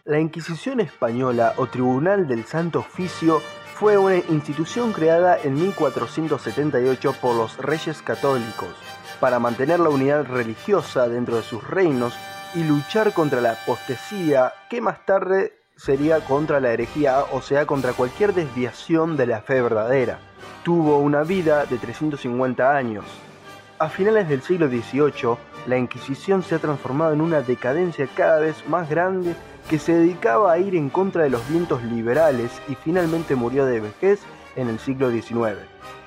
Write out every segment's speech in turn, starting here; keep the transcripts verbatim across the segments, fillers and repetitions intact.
La Inquisición española o Tribunal del Santo Oficio fue una institución creada en mil cuatrocientos setenta y ocho por los reyes católicos para mantener la unidad religiosa dentro de sus reinos y luchar contra la apostasía, que más tarde sería contra la herejía, o sea, contra cualquier desviación de la fe verdadera. Tuvo una vida de trescientos cincuenta años. A finales del siglo dieciocho, la Inquisición se ha transformado en una decadencia cada vez más grande que se dedicaba a ir en contra de los vientos liberales y finalmente murió de vejez en el siglo diecinueve.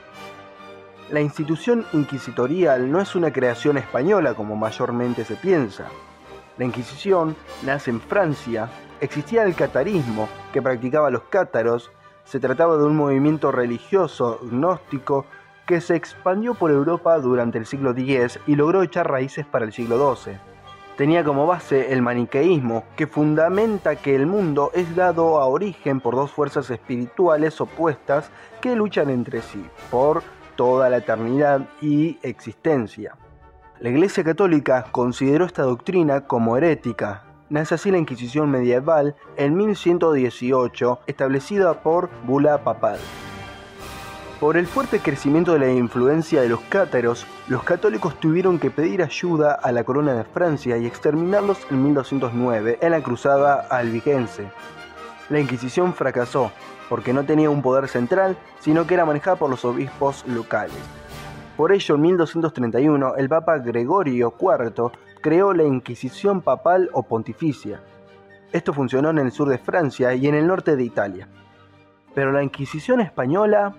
La institución inquisitorial no es una creación española como mayormente se piensa. La Inquisición nace en Francia, existía el catarismo que practicaba los cátaros, se trataba de un movimiento religioso gnóstico que se expandió por Europa durante el siglo diez y logró echar raíces para el siglo doce. Tenía como base el maniqueísmo, que fundamenta que el mundo es dado a origen por dos fuerzas espirituales opuestas que luchan entre sí, por toda la eternidad y existencia. La Iglesia Católica consideró esta doctrina como herética. Nace así la Inquisición medieval en mil ciento dieciocho, establecida por bula papal. Por el fuerte crecimiento de la influencia de los cátaros, los católicos tuvieron que pedir ayuda a la corona de Francia y exterminarlos en mil doscientos nueve en la cruzada albigense. La Inquisición fracasó porque no tenía un poder central, sino que era manejada por los obispos locales. Por ello, en mil doscientos treinta y uno, el Papa Gregorio cuarto creó la Inquisición papal o pontificia. Esto funcionó en el sur de Francia y en el norte de Italia. Pero la Inquisición española...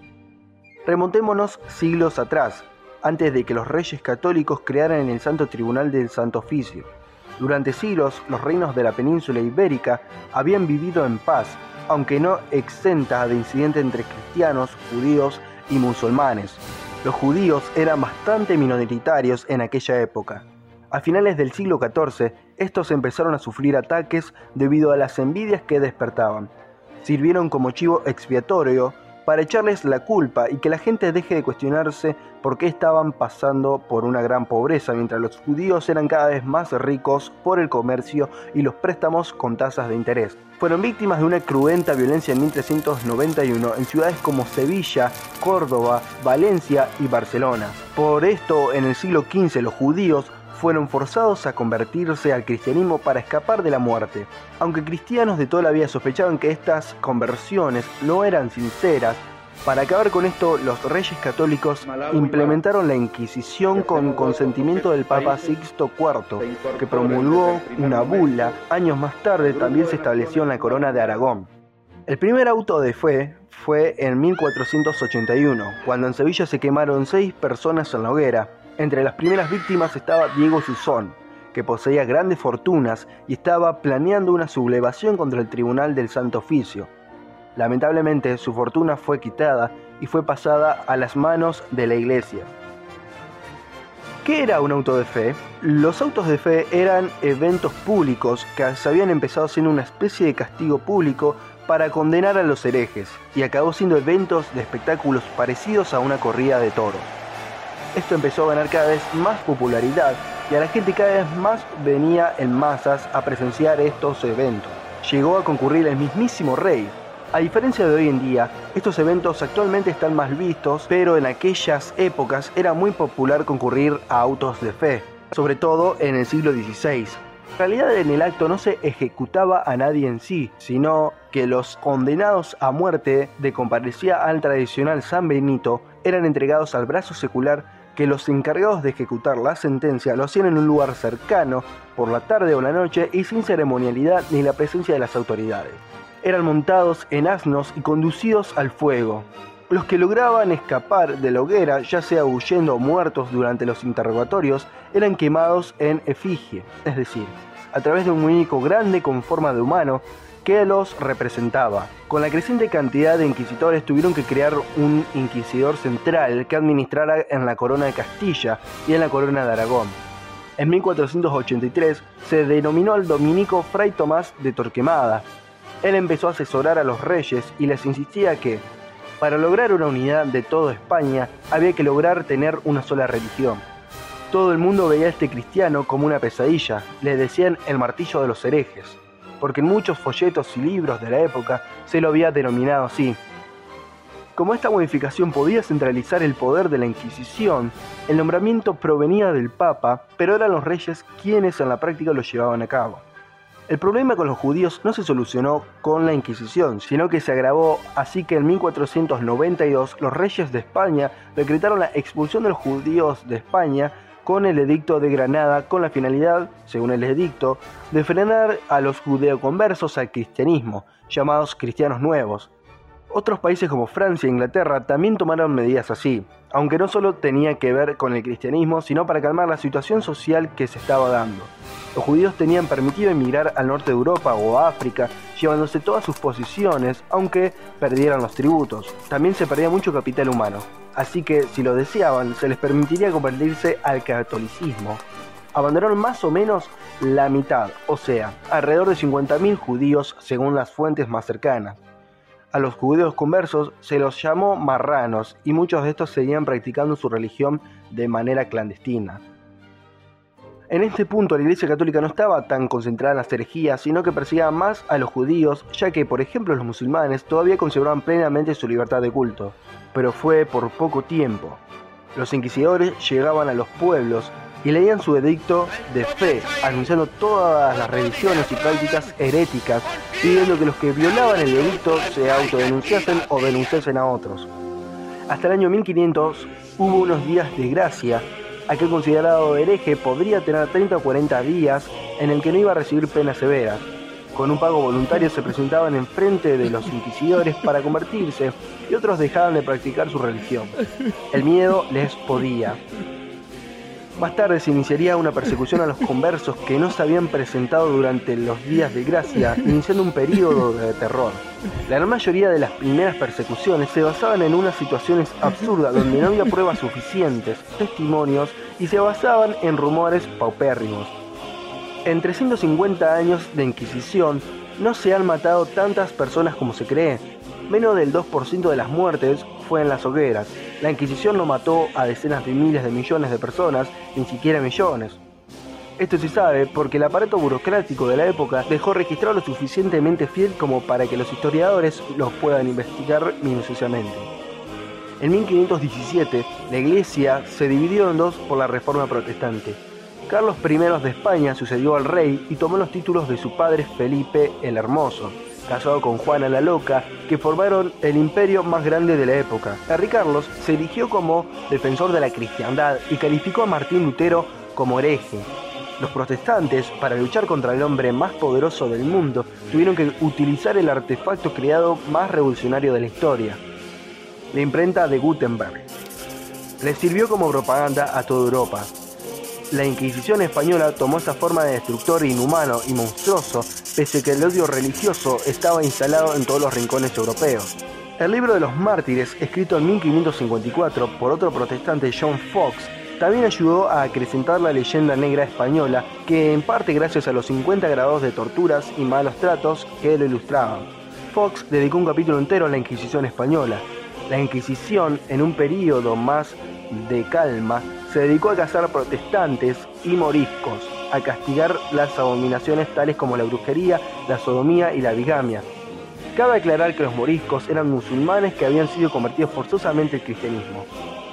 Remontémonos siglos atrás, antes de que los reyes católicos crearan el Santo Tribunal del Santo Oficio. Durante siglos, los reinos de la península ibérica habían vivido en paz, aunque no exentas de incidentes entre cristianos, judíos y musulmanes. Los judíos eran bastante minoritarios en aquella época. A finales del siglo catorce, estos empezaron a sufrir ataques debido a las envidias que despertaban. Sirvieron como chivo expiatorio para echarles la culpa y que la gente deje de cuestionarse por qué estaban pasando por una gran pobreza, mientras los judíos eran cada vez más ricos por el comercio y los préstamos con tasas de interés. Fueron víctimas de una cruenta violencia en mil trescientos noventa y uno en ciudades como Sevilla, Córdoba, Valencia y Barcelona. Por esto, en el siglo quince, los judíos fueron forzados a convertirse al cristianismo para escapar de la muerte. Aunque cristianos de toda la vida sospechaban que estas conversiones no eran sinceras, para acabar con esto, los reyes católicos implementaron la Inquisición con consentimiento del Papa Sixto cuarto, que promulgó una bula. Años más tarde también se estableció en la corona de Aragón. El primer auto de fe fue en mil cuatrocientos ochenta y uno, cuando en Sevilla se quemaron seis personas en la hoguera. Entre las primeras víctimas estaba Diego Susón, que poseía grandes fortunas y estaba planeando una sublevación contra el Tribunal del Santo Oficio. Lamentablemente, su fortuna fue quitada y fue pasada a las manos de la Iglesia. ¿Qué era un auto de fe? Los autos de fe eran eventos públicos que se habían empezado siendo una especie de castigo público para condenar a los herejes, y acabó siendo eventos de espectáculos parecidos a una corrida de toros. Esto empezó a ganar cada vez más popularidad y a la gente cada vez más venía en masas a presenciar estos eventos. Llegó a concurrir el mismísimo rey. A diferencia de hoy en día, estos eventos actualmente están más vistos, pero en aquellas épocas era muy popular concurrir a autos de fe, sobre todo en el siglo dieciséis. En realidad, en el acto no se ejecutaba a nadie en sí, sino que los condenados a muerte de comparecía al tradicional San Benito eran entregados al brazo secular, que los encargados de ejecutar la sentencia lo hacían en un lugar cercano, por la tarde o la noche y sin ceremonialidad ni la presencia de las autoridades. Eran montados en asnos y conducidos al fuego. Los que lograban escapar de la hoguera, ya sea huyendo o muertos durante los interrogatorios, eran quemados en efigie, es decir, a través de un muñeco grande con forma de humano que los representaba. Con la creciente cantidad de inquisidores tuvieron que crear un inquisidor central que administrara en la corona de Castilla y en la corona de Aragón. En mil cuatrocientos ochenta y tres se denominó al dominico Fray Tomás de Torquemada. Él empezó a asesorar a los reyes y les insistía que, para lograr una unidad de toda España, había que lograr tener una sola religión. Todo el mundo veía a este cristiano como una pesadilla, le decían el martillo de los herejes. porque en muchos folletos y libros de la época se lo había denominado así. Como esta modificación podía centralizar el poder de la Inquisición, el nombramiento provenía del Papa, pero eran los reyes quienes en la práctica lo llevaban a cabo. El problema con los judíos no se solucionó con la Inquisición, sino que se agravó, así que en mil cuatrocientos noventa y dos los reyes de España decretaron la expulsión de los judíos de España con el Edicto de Granada, con la finalidad, según el edicto, de frenar a los judeoconversos al cristianismo, llamados cristianos nuevos. Otros países como Francia e Inglaterra también tomaron medidas así, aunque no solo tenía que ver con el cristianismo, sino para calmar la situación social que se estaba dando. Los judíos tenían permitido emigrar al norte de Europa o a África, llevándose todas sus posesiones, aunque perdieran los tributos. También se perdía mucho capital humano, así que si lo deseaban, se les permitiría convertirse al catolicismo. Abandonaron más o menos la mitad, o sea, alrededor de cincuenta mil judíos según las fuentes más cercanas. A los judíos conversos se los llamó marranos y muchos de estos seguían practicando su religión de manera clandestina. En este punto la Iglesia Católica no estaba tan concentrada en las herejías, sino que perseguía más a los judíos, ya que, por ejemplo, los musulmanes todavía conservaban plenamente su libertad de culto, pero fue por poco tiempo. Los inquisidores llegaban a los pueblos y leían su edicto de fe, anunciando todas las religiones y prácticas heréticas, pidiendo que los que violaban el edicto se autodenunciasen o denunciasen a otros. Hasta el año mil quinientos hubo unos días de gracia. Aquel considerado hereje podría tener treinta o cuarenta días en el que no iba a recibir penas severas. Con un pago voluntario se presentaban enfrente de los inquisidores para convertirse y otros dejaban de practicar su religión. El miedo les podía. Más tarde se iniciaría una persecución a los conversos que no se habían presentado durante los días de gracia, iniciando un período de terror. La gran mayoría de las primeras persecuciones se basaban en unas situaciones absurdas donde no había pruebas suficientes, testimonios, y se basaban en rumores paupérrimos. En trescientos cincuenta años de Inquisición no se han matado tantas personas como se cree. Menos del dos por ciento de las muertes fue en las hogueras. La Inquisición no mató a decenas de miles de millones de personas, ni siquiera millones. Esto se sabe porque el aparato burocrático de la época dejó registrado lo suficientemente fiel como para que los historiadores los puedan investigar minuciosamente. En mil quinientos diecisiete, la Iglesia se dividió en dos por la Reforma Protestante. Carlos primero de España sucedió al rey y tomó los títulos de su padre Felipe el Hermoso, casado con Juana la Loca, que formaron el imperio más grande de la época. El rey Carlos se erigió como defensor de la cristiandad y calificó a Martín Lutero como hereje. Los protestantes, para luchar contra el hombre más poderoso del mundo, tuvieron que utilizar el artefacto creado más revolucionario de la historia, la imprenta de Gutenberg. Les sirvió como propaganda a toda Europa. La Inquisición española tomó esa forma de destructor inhumano y monstruoso, pese a que el odio religioso estaba instalado en todos los rincones europeos. El libro de los mártires, escrito en mil quinientos cincuenta y cuatro por otro protestante, John Fox, también ayudó a acrecentar la leyenda negra española, que en parte gracias a los cincuenta grados de torturas y malos tratos que lo ilustraban. Fox dedicó un capítulo entero a la Inquisición española. La Inquisición, en un período más de calma, se dedicó a cazar protestantes y moriscos, a castigar las abominaciones tales como la brujería, la sodomía y la bigamia. Cabe aclarar que los moriscos eran musulmanes que habían sido convertidos forzosamente al cristianismo.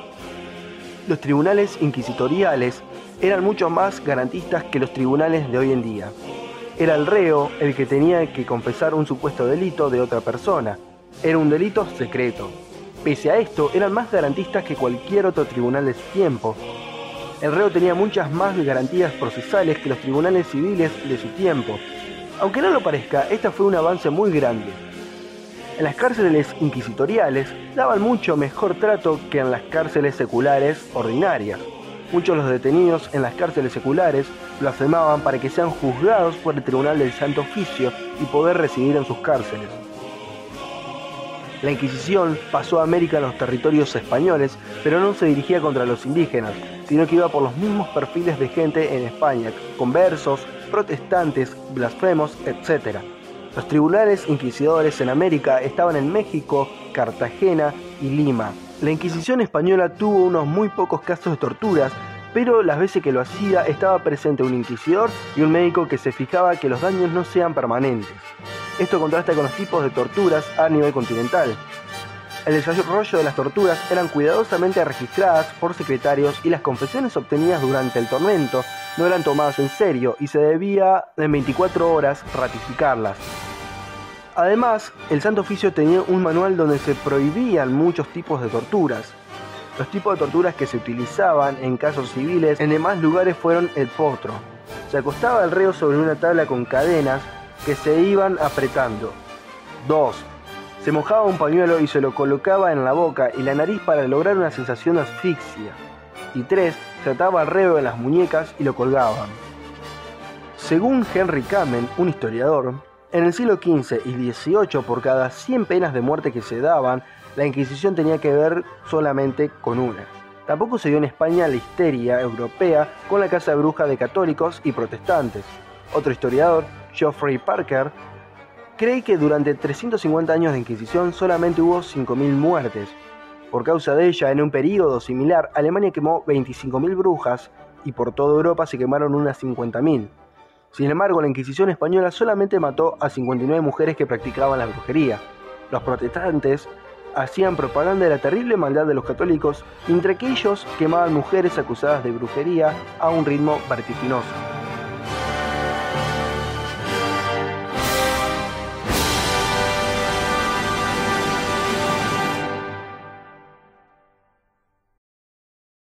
Los tribunales inquisitoriales eran mucho más garantistas que los tribunales de hoy en día. Era el reo el que tenía que confesar un supuesto delito de otra persona. Era un delito secreto. Pese a esto, eran más garantistas que cualquier otro tribunal de su tiempo. El reo tenía muchas más garantías procesales que los tribunales civiles de su tiempo. Aunque no lo parezca, esta fue un avance muy grande. En las cárceles inquisitoriales daban mucho mejor trato que en las cárceles seculares ordinarias. Muchos de los detenidos en las cárceles seculares blasfemaban para que sean juzgados por el Tribunal del Santo Oficio y poder residir en sus cárceles. La Inquisición pasó a América en los territorios españoles, pero no se dirigía contra los indígenas, sino que iba por los mismos perfiles de gente en España, conversos, protestantes, blasfemos, etcétera. Los tribunales inquisidores en América estaban en México, Cartagena y Lima. La Inquisición española tuvo unos muy pocos casos de torturas, pero las veces que lo hacía estaba presente un inquisidor y un médico que se fijaba que los daños no sean permanentes. Esto contrasta con los tipos de torturas a nivel continental. El desarrollo de las torturas eran cuidadosamente registradas por secretarios y las confesiones obtenidas durante el tormento no eran tomadas en serio y se debía en veinticuatro horas ratificarlas. Además, el Santo Oficio tenía un manual donde se prohibían muchos tipos de torturas. Los tipos de torturas que se utilizaban en casos civiles en demás lugares fueron el potro. Se acostaba el reo sobre una tabla con cadenas que se iban apretando. dos. Se mojaba un pañuelo y se lo colocaba en la boca y la nariz para lograr una sensación de asfixia. Y tres. Se ataba al reo en las muñecas y lo colgaban. Según Henry Kamen, un historiador, en el siglo quince y dieciocho, por cada cien penas de muerte que se daban, la Inquisición tenía que ver solamente con una. Tampoco se dio en España la histeria europea con la caza de brujas de católicos y protestantes. Otro historiador, Geoffrey Parker, cree que durante trescientos cincuenta años de Inquisición solamente hubo cinco mil muertes. Por causa de ella, en un período similar, Alemania quemó veinticinco mil brujas y por toda Europa se quemaron unas cincuenta mil. Sin embargo, la Inquisición española solamente mató a cincuenta y nueve mujeres que practicaban la brujería. Los protestantes hacían propaganda de la terrible maldad de los católicos, mientras que ellos quemaban mujeres acusadas de brujería a un ritmo vertiginoso.